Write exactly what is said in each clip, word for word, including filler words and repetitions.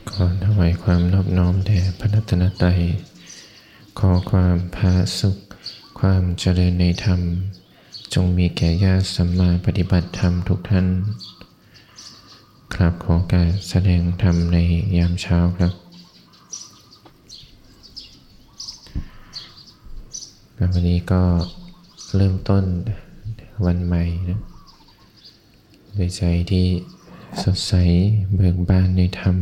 ขอถวายความนอบน้อมแด่พระรัตนตรัยขอความผาสุขความเจริญในธรรมจงมีแก่ญาติสัมมาปฏิบัติธรรมทุกท่านครับขอการแสดงธรรมในยามเช้าครับวันนี้ก็เริ่มต้นวันใหม่นะด้วยใจที่สดใสเบิกบานในธรรม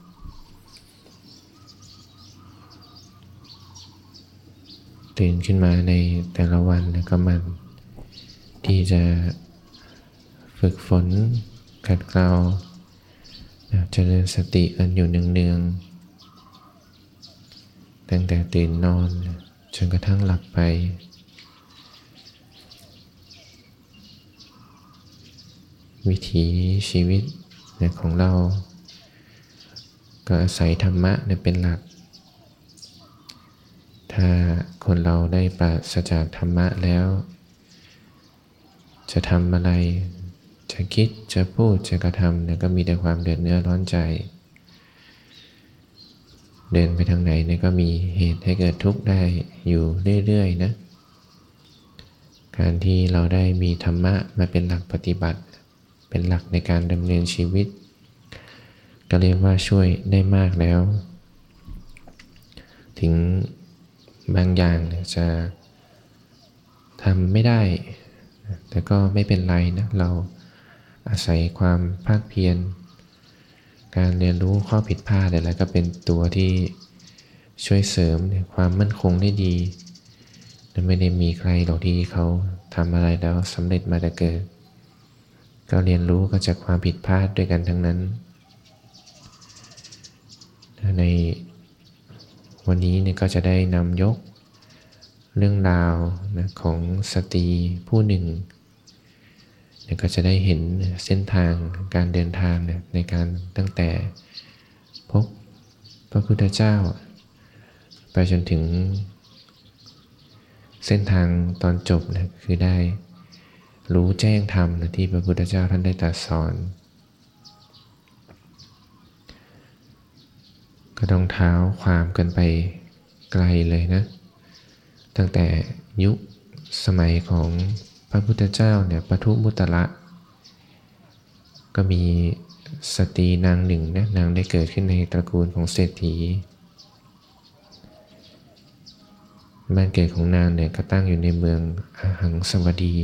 ตื่นขึ้นมาในแต่ละวันนะก็มันที่จะฝึกฝนขัดเกลาเจริญสติกันอยู่เนืองๆตั้งแต่ตื่นนอนจนกระทั่งหลับไปวิถีชีวิตของเราก็อาศัยธรรมะเป็นหลักถ้าคนเราได้ปราศจากธรรมะแล้วจะทำอะไรจะคิดจะพูดจะกระทำเนี่ยก็มีแต่ความเดือดเนื้อร้อนใจเดินไปทางไหนเนี่ยก็มีเหตุให้เกิดทุกข์ได้อยู่เรื่อยๆนะการที่เราได้มีธรรมะมาเป็นหลักปฏิบัติเป็นหลักในการดำเนินชีวิตก็เรียกว่าช่วยได้มากแล้วถึงบางอย่างจะทำไม่ได้แต่ก็ไม่เป็นไรนะเราอาศัยความภาคเพียรการเรียนรู้ข้อผิดพลาดอะไรก็เป็นตัวที่ช่วยเสริมความมั่นคงได้ดีและไม่ได้มีใครหรอกที่เขาทำอะไรแล้วสำเร็จมาแต่เกิดก็เรียนรู้ก็จากความผิดพลาดด้วยกันทั้งนั้นในวันนี้เนี่ยก็จะได้นำยกเรื่องราวนะของสตรีผู้หนึ่งเนี่ยก็จะได้เห็นเส้นทางการเดินทางเนี่ยในการตั้งแต่พบพระพุทธเจ้าไปจนถึงเส้นทางตอนจบนะคือได้รู้แจ้งธรรมนะที่พระพุทธเจ้าท่านได้ตรัสสอนก็ต้องเท้าความกันไปไกลเลยนะตั้งแต่ยุคสมัยของพระพุทธเจ้าเนี่ยปทุมุตตระก็มีสตรีนางหนึ่งนะนางได้เกิดขึ้นในตระกูลของเศรษฐีบ้านเกิดของนางเนี่ยก็ตั้งอยู่ในเมืองอาหังสวดี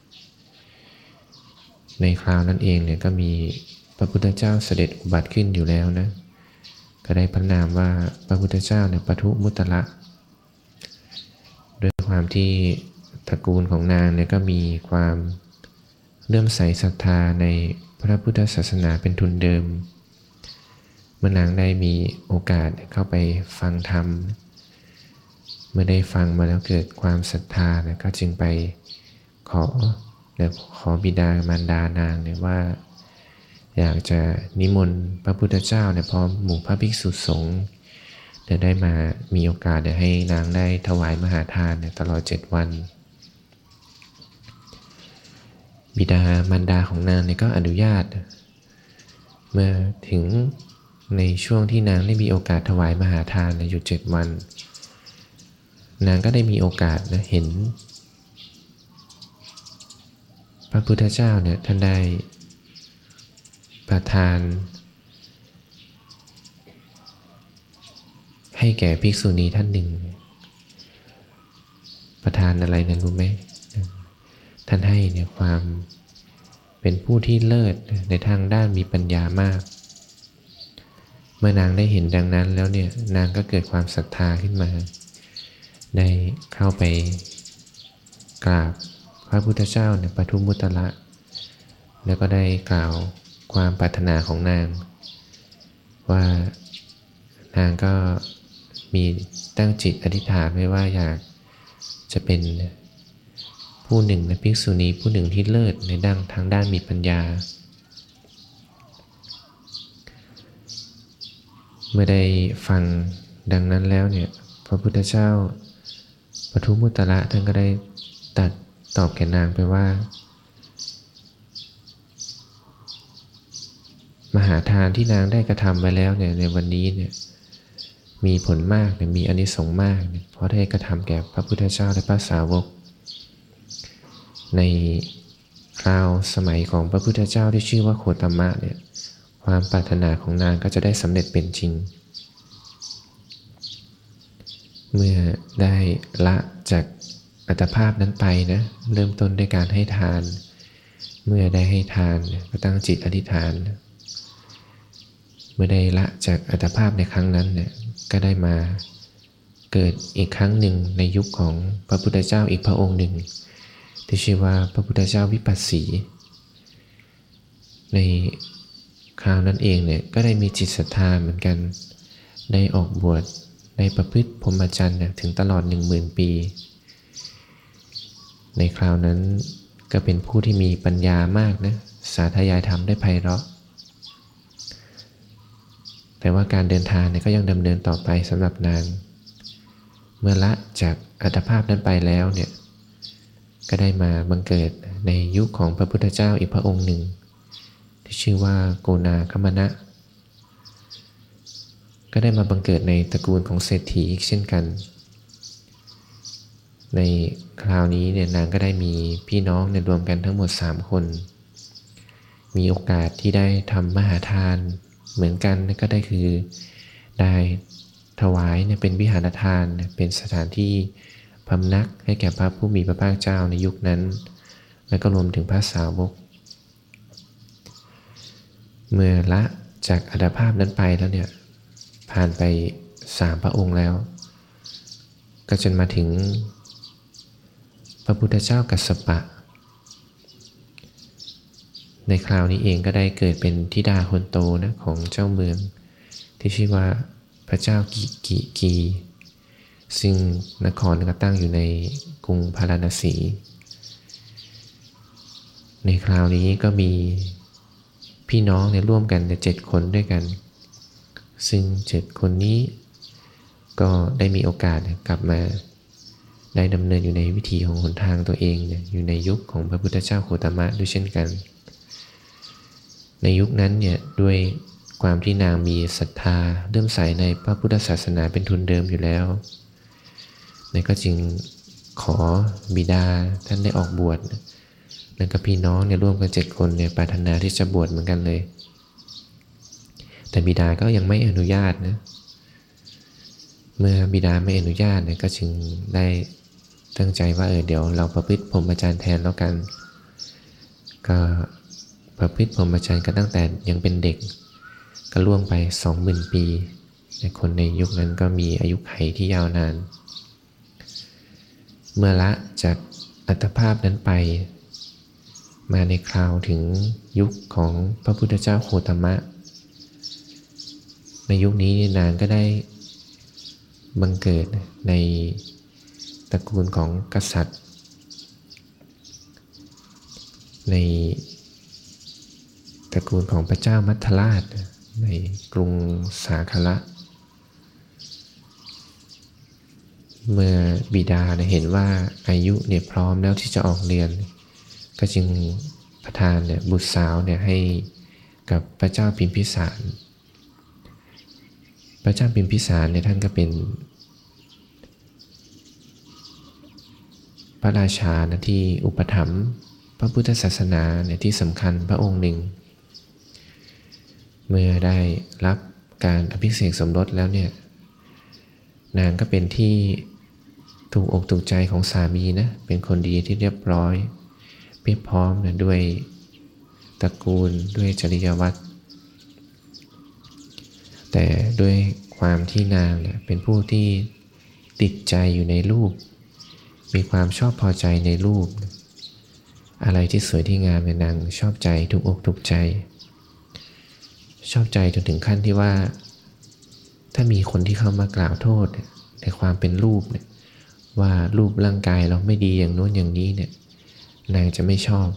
ในคราวนั้นเองเนี่ยก็มีพระพุทธเจ้าเสด็จอุบัติขึ้นอยู่แล้วนะก็ได้พระนามว่าพระพุทธเจ้าเนี่ยปทุมุตตระด้วยความที่ตระกูลของนางเนี่ยก็มีความเลื่อมใสศรัทธาในพระพุทธศาสนาเป็นทุนเดิมเมื่อนางได้มีโอกาสเข้าไปฟังธรรมเมื่อได้ฟังมาแล้วเกิดความศรัทธานะก็จึงไปขอและขอบิดามารดานางเนี่ยว่าอยากจะนิมนต์พระพุทธเจ้าเนี่ยพร้อมหมู่พระภิกษุสงฆ์จะได้มามีโอกาสได้ให้นางได้ถวายมหาทานเนี่ยตลอดเจ็ดวันบิดามารดาของนางเนี่ยก็อนุญาตเมื่อถึงในช่วงที่นางได้มีโอกาสถวายมหาทานอยู่เจ็ดวันนางก็ได้มีโอกาสนะเห็นพระพุทธเจ้าเนี่ยท่านได้ประทานให้แก่ภิกษุณีท่านหนึ่งประทานอะไรนะรู้ไหมท่านให้เนี่ยความเป็นผู้ที่เลิศในทางด้านมีปัญญามากเมื่อนางได้เห็นดังนั้นแล้วเนี่ยนางก็เกิดความศรัทธาขึ้นมาได้เข้าไปกราบพระพุทธเจ้าเนี่ยปทุมุตตระแล้วก็ได้กล่าวความปรารถนาของนางว่านางก็มีตั้งจิตอธิษฐานไว้ว่าอยากจะเป็นผู้หนึ่งในภิกษุณีผู้หนึ่งที่เลิศในด้านทางด้านมีปัญญาเมื่อได้ฟังดังนั้นแล้วเนี่ยพระพุทธเจ้าปทุมุตตระท่านก็ได้ตรัสตอบแก่นางไปว่ามหาทานที่นางได้กระทำไว้แล้วเนี่ยในวันนี้เนี่ยมีผลมากเนี่ยมีอานิสงส์มากเนี่ยเพราะได้กระทำแก่พระพุทธเจ้าและพระสาวกในคราวสมัยของพระพุทธเจ้าที่ชื่อว่าโคตมะเนี่ยความปรารถนาของนางก็จะได้สำเร็จเป็นจริงเมื่อได้ละจากอัตภาพนั้นไปนะเริ่มต้นด้วยการให้ทานเมื่อได้ให้ทานก็ตั้งจิตอธิษฐานเมื่อได้ละจากอัตภาพในครั้งนั้นเนี่ยก็ได้มาเกิดอีกครั้งหนึ่งในยุคของพระพุทธเจ้าอีกพระองค์หนึ่งที่ชื่อว่าพระพุทธเจ้าวิปัสสีในคราวนั้นเองเนี่ยก็ได้มีจิตศรัทธาเหมือนกันได้ออกบวชได้ประพฤติพรหมจรรย์ถึงตลอดหนึ่งหมื่นปีในคราวนั้นก็เป็นผู้ที่มีปัญญามากนะสาธยายธรรมได้ไพเราะแต่ว่าการเดินทางเนี่ยก็ยังดำเนินต่อไปสำหรับนางเมื่อละจากอัตภาพนั้นไปแล้วเนี่ยก็ได้มาบังเกิดในยุคของพระพุทธเจ้าอีกพระองค์หนึ่งที่ชื่อว่าโกนาคมนะก็ได้มาบังเกิดในตระกูลของเศรษฐีอีกเช่นกันในคราวนี้เนี่ยนางก็ได้มีพี่น้องเนี่ยรวมกันทั้งหมดสามคนมีโอกาสที่ได้ทำมหาทานเหมือนกันก็ได้คือได้ถวายเนี่ยเป็นวิหารทานเป็นสถานที่พำนักให้แก่พระผู้มีพระภาคเจ้าในยุคนั้นและก็รวมถึงพระสาวกเมื่อละจากอัตภาพนั้นไปแล้วเนี่ยผ่านไปสามพระองค์แล้วก็จนมาถึงพระพุทธเจ้ากัสสปะในคราวนี้เองก็ได้เกิดเป็นธิดาคนโตนะของเจ้าเมืองที่ชื่อว่าพระเจ้ากิกิกีซึ่งนครก็ตั้งอยู่ในกรุงพาราณสี ในคราวนี้ก็มีพี่น้องเนี่ยร่วมกันเจ็ดคนด้วยกันซึ่งเจ็ดคนนี้ก็ได้มีโอกาสกลับมาได้ดำเนินอยู่ในวิถีของหนทางตัวเองเนี่ยอยู่ในยุคของพระพุทธเจ้าโคตมะด้วยเช่นกันในยุคนั้นเนี่ยด้วยความที่นางมีศรัทธาเริ่มใสในพระพุทธศาสนาเป็นทุนเดิมอยู่แล้วเนี่ยก็จึงขอบิดาท่านได้ออกบวชแล้วก็พี่น้องเนี่ยร่วมกันเจ็ดคนเนี่ยปรารถนาที่จะบวชเหมือนกันเลยแต่บิดาก็ยังไม่อนุญาตนะเมื่อบิดาไม่อนุญาตเนี่ยก็จึงได้ตั้งใจว่าเออเดี๋ยวเราประพฤติพรหมจรรย์แทนแล้วกันก็ประพฤติพรหมจรรย์ก็ตั้งแต่ยังเป็นเด็กก็ล่วงไป สองหมื่น ปีในคนในยุคนั้นก็มีอายุขัยที่ยาวนานเมื่อละจากอัตภาพนั้นไปมาในคราวถึงยุคของพระพุทธเจ้าโคตมะในยุคนี้นางก็ได้บังเกิดในตระกูลของกษัตริย์ในตระกูลของพระเจ้ามัทธราชในกรุงสาคละเมื่อบิดาเห็นว่าอายุเนี่ยพร้อมแล้วที่จะออกเรียนก็จึงประทานเนี่ยบุตรสาวเนี่ยให้กับพระเจ้าพิมพิสารพระเจ้าพิมพิสารเนี่ยท่านก็เป็นพระราชานะที่อุปถัมภ์พระพุทธศาสนาเนี่ยที่สำคัญพระองค์หนึ่งเมื่อได้รับการอภิเษกสมรสแล้วเนี่ยนางก็เป็นที่ถูกอกถูกใจของสามีนะเป็นคนดีที่เรียบร้อยเพียบพร้อมนะด้วยตระกูลด้วยจริยวัตรแต่ด้วยความที่นางเนี่ยเป็นผู้ที่ติดใจอยู่ในรูปมีความชอบพอใจในรูปอะไรที่สวยที่งามเนี่ยนางชอบใจถูกอกถูกใจชอบใจจนถึงขั้นที่ว่าถ้ามีคนที่เข้ามากล่าวโทษในความเป็นรูปเนี่ยว่ารูปร่างกายเราไม่ดีอย่างโน้นอย่างนี้เนี่ยนางจะไม่ชอบ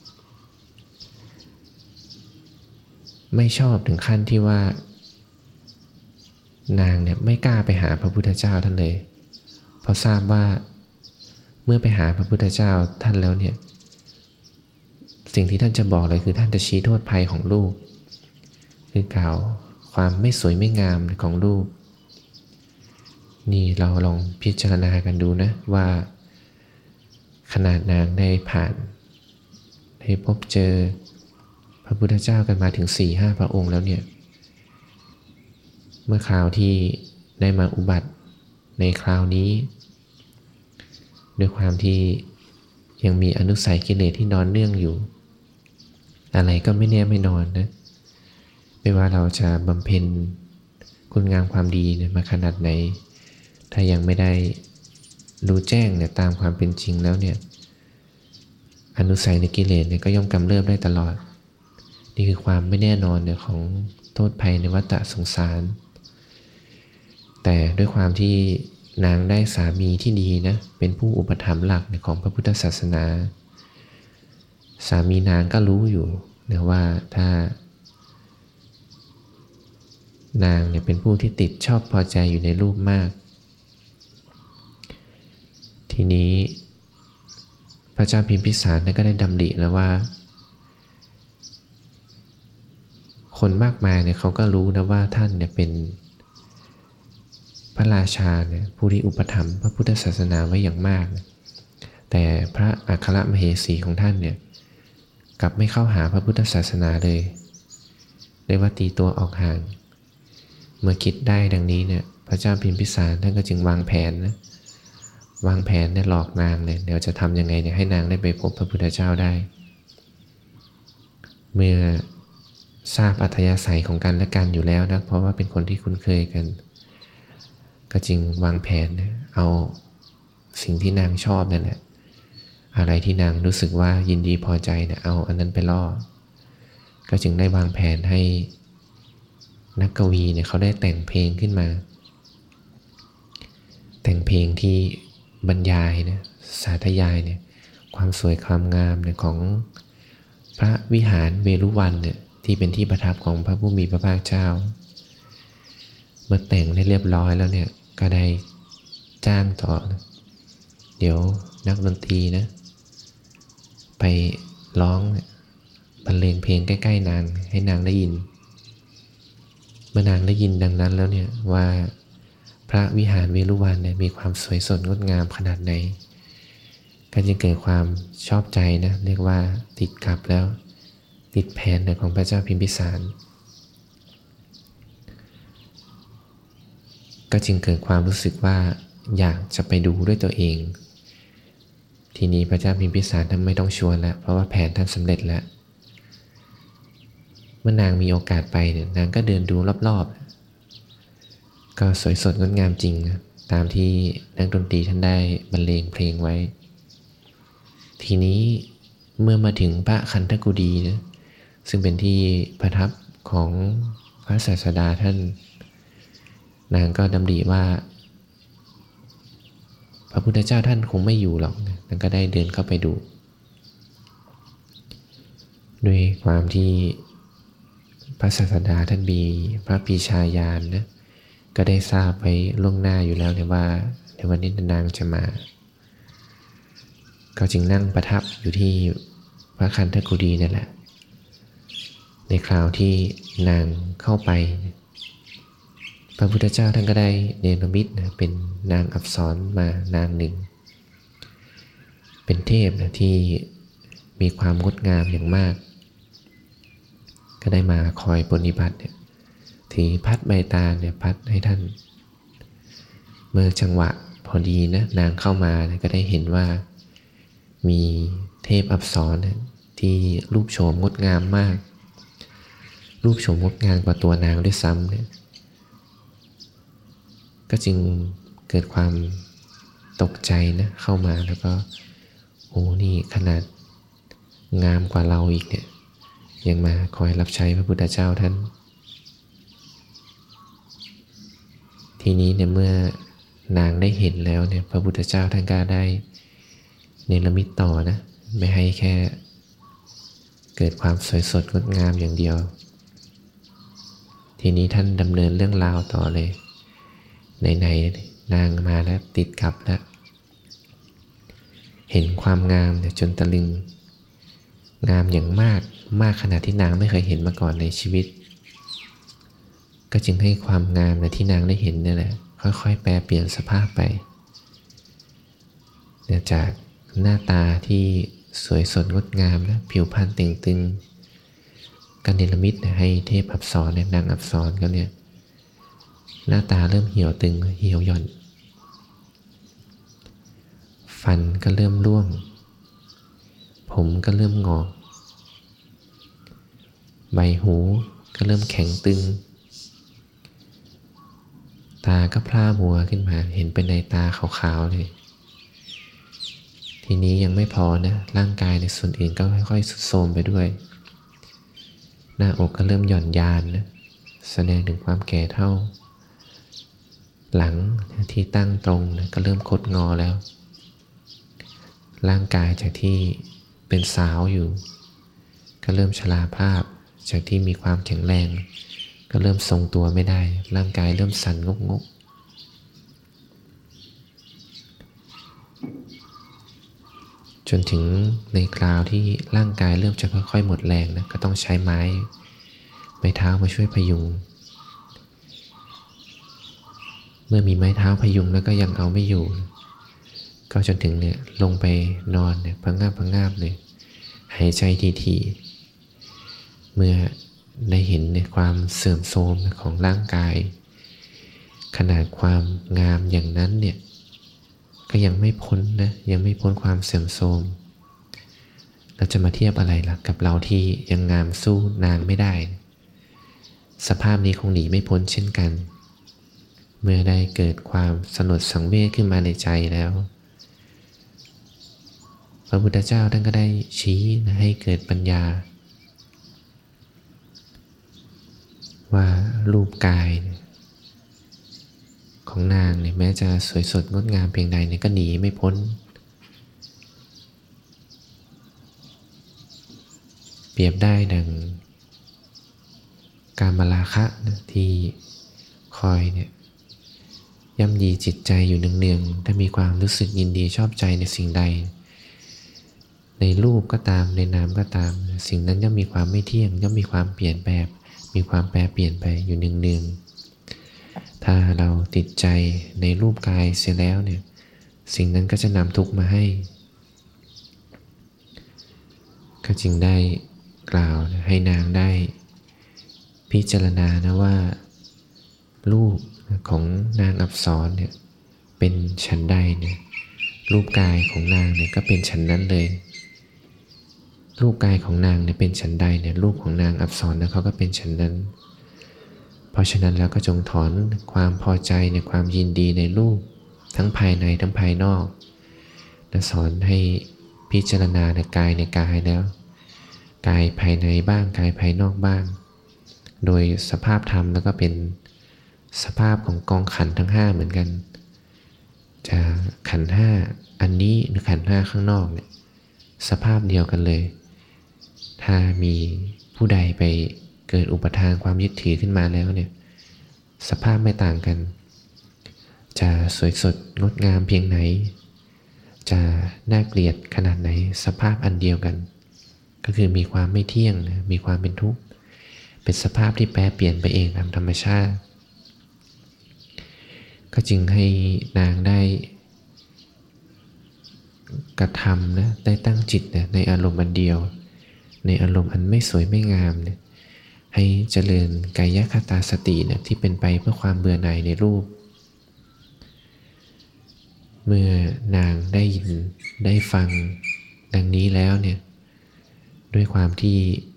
ไม่ชอบถึงขั้นที่ว่านางเนี่ยไม่กล้าไปหาพระพุทธเจ้าท่านเลยเพราะทราบว่าเมื่อไปหาพระพุทธเจ้าท่านแล้วเนี่ยสิ่งที่ท่านจะบอกเลยคือท่านจะชี้โทษภัยของรูปคือกล่าวความไม่สวยไม่งามของรูปนี่เราลองพิจารณากันดูนะว่าขนาดนางได้ผ่านได้พบเจอพระพุทธเจ้ากันมาถึง สี่ห้า พระองค์แล้วเนี่ยเมื่อคราวที่ได้มาอุบัติในคราวนี้ด้วยความที่ยังมีอนุสัยกิเลสที่นอนเนื่องอยู่อะไรก็ไม่แน่ไม่นอนนะไม่ว่าเราจะบำเพ็ญคุณงามความดีเนี่ยมาขนาดไหนถ้ายังไม่ได้รู้แจ้งเนี่ยตามความเป็นจริงแล้วเนี่ยอนุสัยในกิเลสเนี่ยก็ย่อมกำเริบได้ตลอดนี่คือความไม่แน่นอนเนี่ยของโทษภัยในวัฏสงสารแต่ด้วยความที่นางได้สามีที่ดีนะเป็นผู้อุปถัมภ์หลักของพระพุทธศาสนาสามีนางก็รู้อยู่นะว่าถ้านางเนี่ยเป็นผู้ที่ติดชอบพอใจอยู่ในรูปมากทีนี้พระเจ้าพิมพิสารก็ได้ดำริแล้วว่าคนมากมายเนี่ยเขาก็รู้นะว่าท่านเนี่ยเป็นพระราชาเนี่ยผู้ที่อุปถัมภ์พระพุทธศาสนาไว้อย่างมากนะแต่พระอัครมเหสีของท่านเนี่ยกลับไม่เข้าหาพระพุทธศาสนาเลยเรียกว่าตีตัวออกห่างเมื่อคิดได้ดังนี้เนี่ยพระเจ้าพิมพิสารท่านก็จึงวางแผนนะวางแผนเนี่ยหลอกนางเลยเดี๋ยวจะทำยังไงเนี่ยให้นางได้ไปพบพระพุทธเจ้าได้เมื่อทราบอัธยาศัยของกันและกันอยู่แล้วนะเพราะว่าเป็นคนที่คุ้นเคยกันก็จึงวางแผนเอาสิ่งที่นางชอบนั่นแหละอะไรที่นางรู้สึกว่ายินดีพอใจเนี่ยเอาอันนั้นไปล่อก็จึงได้วางแผนให้นักกวีเนี่ยเขาได้แต่งเพลงขึ้นมาแต่งเพลงที่บรรยายนะสาธยายเนี่ยความสวยความงามเนี่ยของพระวิหารเวรุวันเนี่ยที่เป็นที่ประทับของพระผู้มีพระภาคเจ้าเมื่อแต่งได้เรียบร้อยแล้วเนี่ยก็ได้จ้างต่อนะเดี๋ยวนักดนตรีนะไปร้องบรรเลงเพลงใกล้ๆนางให้นางได้ยินเมื่อนางได้ยินดังนั้นแล้วเนี่ยว่าพระวิหารเวรุวันเนี่ยมีความสวยสดงดงามขนาดไหนก็จึงเกิดความชอบใจนะเรียกว่าติดกับแล้วติดแผนของพระเจ้าพิมพิสารก็จึงเกิดความรู้สึกว่าอยากจะไปดูด้วยตัวเองทีนี้พระเจ้าพิมพิสารท่านไม่ต้องชวนแล้วเพราะว่าแผนท่านสำเร็จแล้วเมื่อนางมีโอกาสไปเนี่ยนางก็เดินดูรอบๆก็สวยสดงดงามจริงนะตามที่นักดนตรีท่านได้บรรเลงเพลงไว้ทีนี้เมื่อมาถึงพระคันธกุฎีนะซึ่งเป็นที่ประทับของพระศาสดาท่านนางก็ดำริว่าพระพุทธเจ้าท่านคงไม่อยู่หรอกนางก็ได้เดินเข้าไปดูด้วยความที่พระศาสดาท่านมีพระปรีชาญาณนะก็ได้ทราบไว้ล่วงหน้าอยู่แล้วเนี่ยว่าในวันนี้นางจะมาก็จึงนั่งประทับอยู่ที่พระคันธกุฎีนั่นแหละในคราวที่นางเข้าไปพระพุทธเจ้าท่านก็ได้เนรมิตนะเป็นนางอัปสรมานางหนึ่งเป็นเทพนะที่มีความงดงามอย่างมากก็ได้มาคอยปฏิบัติเนี่ยถือพัดใบตาลเนี่ยพัดให้ท่านเมื่อจังหวะพอดีนะนางเข้ามาก็ได้เห็นว่ามีเทพอัปสรนะที่รูปโฉมงดงามมากรูปโฉมงดงามกว่าตัวนางด้วยซ้ำเนี่ยก็จึงเกิดความตกใจนะเข้ามาแล้วก็โอ้นี่ขนาดงามกว่าเราอีกเนี่ยยังมาคอยรับใช้พระพุทธเจ้าท่านทีนี้เนี่ยเมื่อนางได้เห็นแล้วเนี่ยพระพุทธเจ้าท่านก็ได้เนรมิตต่อนะไม่ให้แค่เกิดความสวยสดงดงามอย่างเดียวทีนี้ท่านดำเนินเรื่องราวต่อเลยไหนๆนางมาแล้วติดกับแล้วเห็นความงามเนี่ยจนตะลึงงามอย่างมากมากขนาดที่นางไม่เคยเห็นมาก่อนในชีวิตก็จึงให้ความงามที่นางได้เห็นนี่แหละค่อยๆแปรเปลี่ยนสภาพไปจากหน้าตาที่สวยสดงดงามนะผิวพรรณเต่งตึงกันเนรมิตให้เทพอัปสรเนี่ยนางอัปสรก็เนี่ยหน้าตาเริ่มเหี่ยวตึงเหี่ยวหย่อนฟันก็เริ่มร่วงผมก็เริ่มงอกใบหูก็เริ่มแข็งตึงตาก็พร่ามัวขึ้นมาเห็นเป็นในตาขาวๆเลยทีนี้ยังไม่พอนะร่างกายในส่วนอื่นก็ค่อยๆทรุดโทรมไปด้วยหน้าอกก็เริ่มหย่อนยานนะแสดงถึงความแก่เฒ่าหลังที่ตั้งตรงนะก็เริ่มคดงอแล้วร่างกายจากที่เป็นสาวอยู่ก็เริ่มชราภาพจากที่มีความแข็งแรงก็เริ่มทรงตัวไม่ได้ร่างกายเริ่มสั่นงกงกจนถึงในคราวที่ร่างกายเริ่มจะค่อยๆหมดแรงนะก็ต้องใช้ไม้ไม้เท้ามาช่วยพยุงเมื่อมีไม้เท้าพยุงแล้วก็ยังเอาไม่อยู่ก็จนถึงเนี่ยลงไปนอนเนี่ยพังงาบพังงาบเลยหายใจทีๆเมื่อได้เห็นในความเสื่อมโทรมของร่างกายขนาดความงามอย่างนั้นเนี่ยก็ยังไม่พ้นนะยังไม่พ้นความเสื่อมโทรมเราจะมาเทียบอะไรล่ะกับเราที่ยังงามสู้นางไม่ได้สภาพนี้คงหนีไม่พ้นเช่นกันเมื่อได้เกิดความสลดสังเวชขึ้นมาในใจแล้วพระพุทธเจ้าท่านก็ได้ชี้นะให้เกิดปัญญาว่ารูปกายของนางเนี่ยแม้จะสวยสดงดงามเพียงใดเนี่ยก็หนีไม่พ้นเปรียบได้ดังกามราคะนะที่คอยเนี่ยย่ำยีจิตใจอยู่เนืองๆถ้ามีความรู้สึกยินดีชอบใจในสิ่งใดในรูปก็ตามในนามก็ตามสิ่งนั้นย่อมมีความไม่เที่ยงย่อมมีความเปลี่ยนแปลงมีความแปรเปลี่ยนไปอยู่เนืองๆถ้าเราติดใจในรูปกายเสียแล้วเนี่ยสิ่งนั้นก็จะนำทุกข์มาให้ก็จึงได้กล่าวให้นางได้พิจารณานะว่ารูปของนางอัปสรเนี่ยเป็นฉันใดเนี่ยรูปกายของนางเนี่ยก็เป็นฉันนั้นเลยรูปกายของนางเนี่ยเป็นฉันใดเนี่ยรูปของนางอัปสรนะเขาก็เป็นฉันนั้นเพราะฉะนั้นแล้วก็จงถอนความพอใจในความยินดีในรูปทั้งภายในทั้งภายนอกและสอนให้พิจารณาในกายในกายแล้วกายภายในบ้างกายภายนอกบ้างโดยสภาพธรรมแล้วก็เป็นสภาพของกองขันธ์ทั้งห้าเหมือนกันจะขันธ์ห้าอันนี้หรือขันธ์ห้าข้างนอกเนี่ยสภาพเดียวกันเลยถ้ามีผู้ใดไปเกิดอุปทานความยึดถือขึ้นมาแล้วเนี่ยสภาพไม่ต่างกันจะสวยสดงดงามเพียงไหนจะน่าเกลียดขนาดไหนสภาพอันเดียวกันก็คือมีความไม่เที่ยงมีความเป็นทุกข์เป็นสภาพที่แปรเปลี่ยนไปเองตามธรรมชาติก็จึงให้นางได้กระทำนะได้ตั้งจิตนะในอารมณ์อันเดียวในอารมณ์อันไม่สวยไม่งามเนี่ยให้เจริญกายคตาสติเนี่ยที่เป็นไปเพื่อความเบื่อหน่ายในรูปเมื่อนางได้ยินได้ฟังดังนี้แล้วเนี่ยด้วยความที่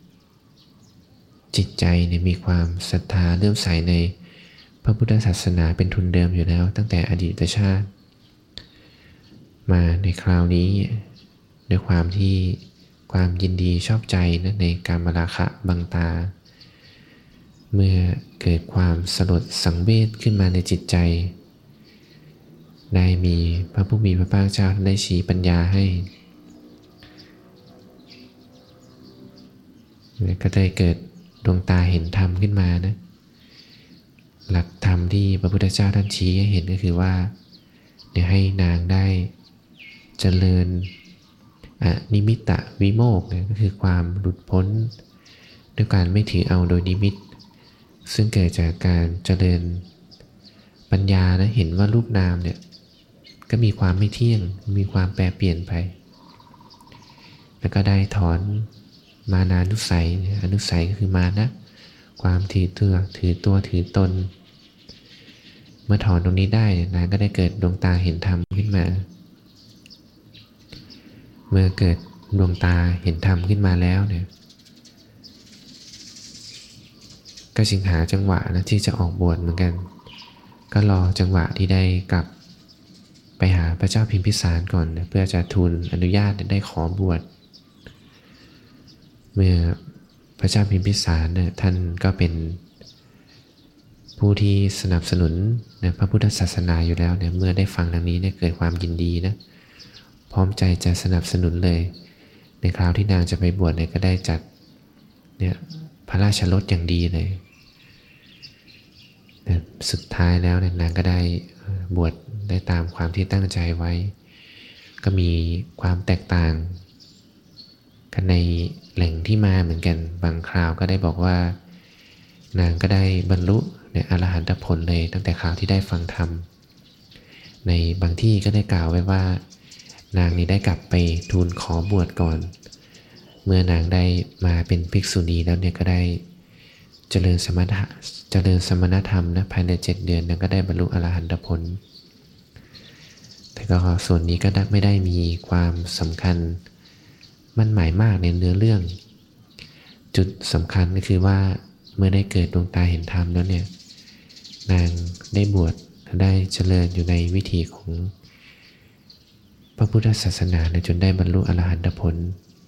จิตใจเนี่ยมีความศรัทธาเลื่อมใสในพระพุทธศาสนาเป็นทุนเดิมอยู่แล้วตั้งแต่อดีตชาติมาในคราวนี้ด้วยความที่ความยินดีชอบใจนะในกามราคะบังตาเมื่อเกิดความสลดสังเวชขึ้นมาในจิตใจได้มีพระผู้มีพระภาคเจ้าได้ชี้ปัญญาให้ก็ได้เกิดดวงตาเห็นธรรมขึ้นมานะหลักธรรมที่พระพุทธเจ้าท่านชี้ให้เห็นก็คือว่าเดี๋ยวให้นางได้เจริญอนิมิตตวิโมกข์เนี่ยก็คือความหลุดพ้นด้วยการไม่ถือเอาโดยนิมิตซึ่งเกิดจากการเจริญปัญญานะเห็นว่ารูปนามเนี่ยก็มีความไม่เที่ยงมีความแปรเปลี่ยนไปแล้วก็ได้ถอนมานานุสัยอนุสัยก็คือมานะความถือตัวถือตัวถือตนเมื่อถอนตรงนี้ได้นางก็ได้เกิดดวงตาเห็นธรรมขึ้นมาเมื่อเกิดดวงตาเห็นธรรมขึ้นมาแล้วเนี่ยก็จึงหาจังหวะนะที่จะออกบวชเหมือนกันก็รอจังหวะที่ได้กลับไปหาพระเจ้าพิมพิสารก่อนนะเพื่อจะทูลอนุญาตได้ขอบวชเมื่อพระเจ้าพิมพิสารเนี่ยท่านก็เป็นผู้ที่สนับสนุนนะพระพุทธศาสนาอยู่แล้วเนี่ยเมื่อได้ฟังดังนี้เนี่ยเกิดความยินดีนะพร้อมใจจะสนับสนุนเลยในคราวที่นางจะไปบวชเนี่ยก็ได้จัดเนี่ยพระราชรถอย่างดีเลยนะสุดท้ายแล้วเนี่ยนางก็ได้บวชได้ตามความที่ตั้งใจไว้ก็มีความแตกต่างกันในแหล่งที่มาเหมือนกันบางคราวก็ได้บอกว่านางก็ได้บรรลุในอรหันตผลเลยตั้งแต่คราวที่ได้ฟังธรรมในบางที่ก็ได้กล่าวไว้ว่านางนี้ได้กลับไปทูลขอบวชก่อนเมื่อนางได้มาเป็นภิกษุณีแล้วเนี่ยก็ได้เจริญสมถะเจริญสมณธรรมนะภายในเจ็ดเดือนนางก็ได้บรรลุอรหันตผลแต่ก็ส่วนนี้ก็ไม่ได้มีความสำคัญมั่นหมายมากในเนื้อเรื่องจุดสำคัญก็คือว่าเมื่อได้เกิดดวงตาเห็นธรรมแล้วเนี่ยนางได้บวชได้เจริญอยู่ในวิถีของพระพุทธศาสนาจนได้บรรลุอรหันตผล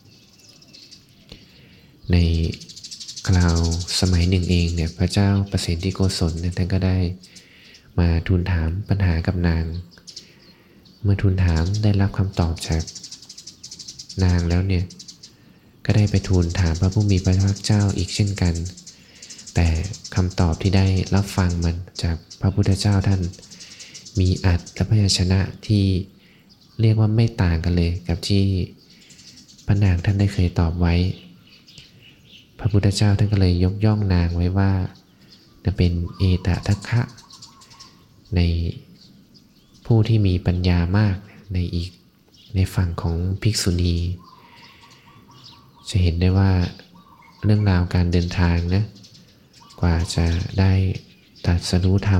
ในคราวสมัยหนึ่งเองเนี่ยพระเจ้าประสิทธิโกศลเนี่ยท่านก็ได้มาทูลถามปัญหากับนางเมื่อทูลถามได้รับคำตอบจากนางแล้วเนี่ยก็ได้ไปทูลถามพระผู้มีพระภาคเจ้าอีกเช่นกันแต่คำตอบที่ได้รับฟังมันจากพระพุทธเจ้าท่านมีอรรถและพยัญชนะที่เรียกว่าไม่ต่างกันเลยกับที่พระนางท่านได้เคยตอบไว้พระพุทธเจ้าท่านก็เลยยกย่องนางไว้ว่าจะเป็นเอตทัคคะในผู้ที่มีปัญญามากในอีกในฝั่งของภิกษุณีจะเห็นได้ว่าเรื่องราวการเดินทางนะกว่าจะได้ตรัสรู้ธรรม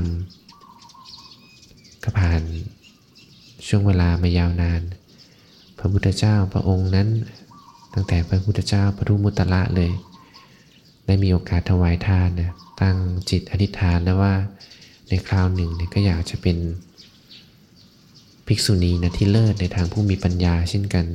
ก็ผ่านช่วงเวลามายาวนานพระพุทธเจ้าพระองค์นั้นตั้งแต่พระพุทธเจ้าปทุมุตตระเลยได้มีโอกาสถวายทานนะตั้งจิตอธิษฐานแล้วว่าในคราวหนึ่งเนี่ยก็อยากจะเป็นภิกษุณีนะที่เลิศในทางผู้มีปัญญาเช่นกัน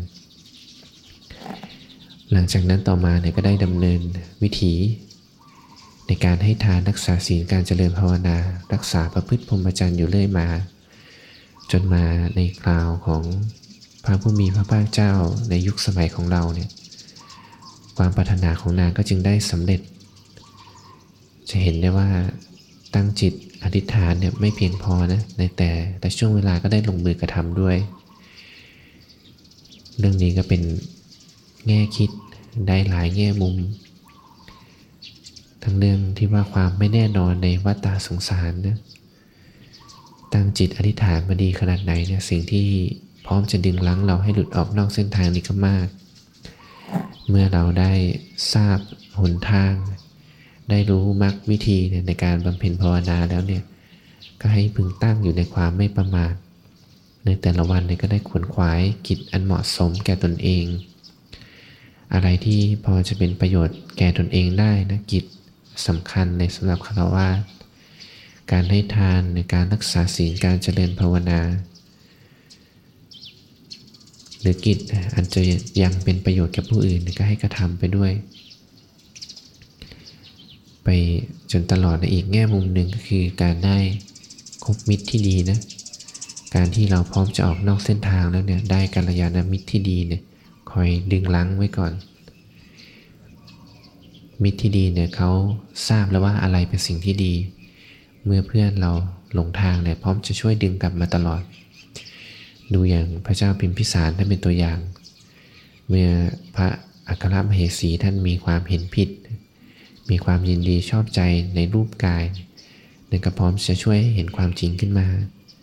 หลังจากนั้นต่อมาเนี่ยก็ได้ดำเนินวิถีในการให้ทานรักษาศีลการเจริญภาวนารักษาประพฤติพรหมจรรย์อยู่เรื่อยมาจนมาในคราวของพระผู้มีพระภาคเจ้าในยุคสมัยของเราเนี่ยความปรารถนาของนางก็จึงได้สำเร็จจะเห็นได้ว่าตั้งจิตอธิษฐานเนี่ยไม่เพียงพอนะในแต่แต่ช่วงเวลาก็ได้ลงมือกระทำด้วยเรื่องนี้ก็เป็นแง่คิดได้หลายแง่มุมทั้งเรื่องที่ว่าความไม่แน่นอนในวัฏสงสารนะตั้งจิตอธิษฐานมาดีขนาดไหนเนี่ยสิ่งที่พร้อมจะดึงรั้งเราให้หลุดออกนอกเส้นทางนี้ก็มากเมื่อเราได้ทราบหนทางได้รู้มรรควิธีในการบำเพ็ญภาวนาแล้วเนี่ยก็ให้พึงตั้งอยู่ในความไม่ประมาทในแต่ละวันเนี่ยก็ได้ขวนขวายกิจอันเหมาะสมแก่ตนเองอะไรที่พอจะเป็นประโยชน์แก่ตนเองได้นะกิจสำคัญในสำหรับฆราวาสการให้ทานในการรักษาศีลการเจริญภาวนาหรือกิจอันจะยังเป็นประโยชน์แก่ผู้อื่นก็ให้กระทำไปด้วยไปจนตลอดในอีกแง่มุมหนึ่งก็คือการได้คบมิตรที่ดีนะการที่เราพร้อมจะออกนอกเส้นทางแล้วเนี่ยได้กัลยาณมิตรที่ดีเนี่ยคอยดึงรั้งไว้ก่อนมิตรที่ดีเนี่ยเขาทราบแล้วว่าอะไรเป็นสิ่งที่ดีเมื่อเพื่อนเราหลงทางเนี่ยพร้อมจะช่วยดึงกลับมาตลอดดูอย่างพระเจ้าพิมพิสารท่านเป็นตัวอย่างเมื่อพระอัครมเหสีท่านมีความเห็นผิดมีความยินดีชอบใจในรูปกายนั่นก็พร้อมจะช่วยให้เห็นความจริงขึ้นมา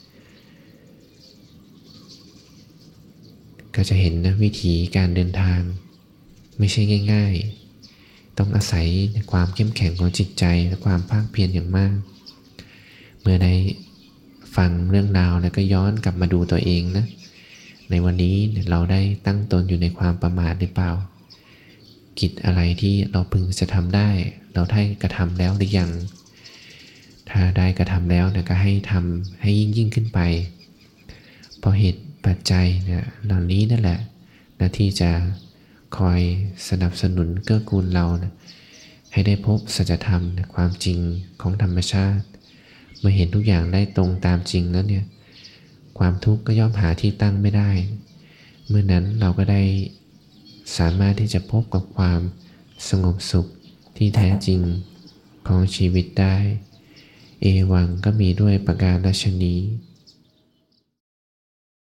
ก็จะเห็นนะวิธีการเดินทางไม่ใช่ง่ายๆต้องอาศัยความเข้มแข็งของจิตใจและความภาคเพียรอย่างมากเมื่อได้ฟังเรื่องราวแล้วก็ย้อนกลับมาดูตัวเองนะในวันนี้เราได้ตั้งตนอยู่ในความประมาทหรือเปล่ากิจอะไรที่เราพึงจะทำได้เราได้กระทำแล้วหรือยังถ้าได้กระทำแล้วนะก็ให้ทำให้ยิ่งยิ่งขึ้นไปเพราะเหตุปัจจัยเนี่ยเหล่านี้นั่นแหละนะที่จะคอยสนับสนุนเกื้อกูลเรานะให้ได้พบสัจธรรมนะความจริงของธรรมชาติเมื่อเห็นทุกอย่างได้ตรงตามจริงแล้วเนี่ยความทุกข์ก็ย่อมหาที่ตั้งไม่ได้เมื่อนั้นเราก็ได้สามารถที่จะพบกับความสงบสุขที่แท้จริงของชีวิตได้เอวังก็มีด้วยประการฉะนี้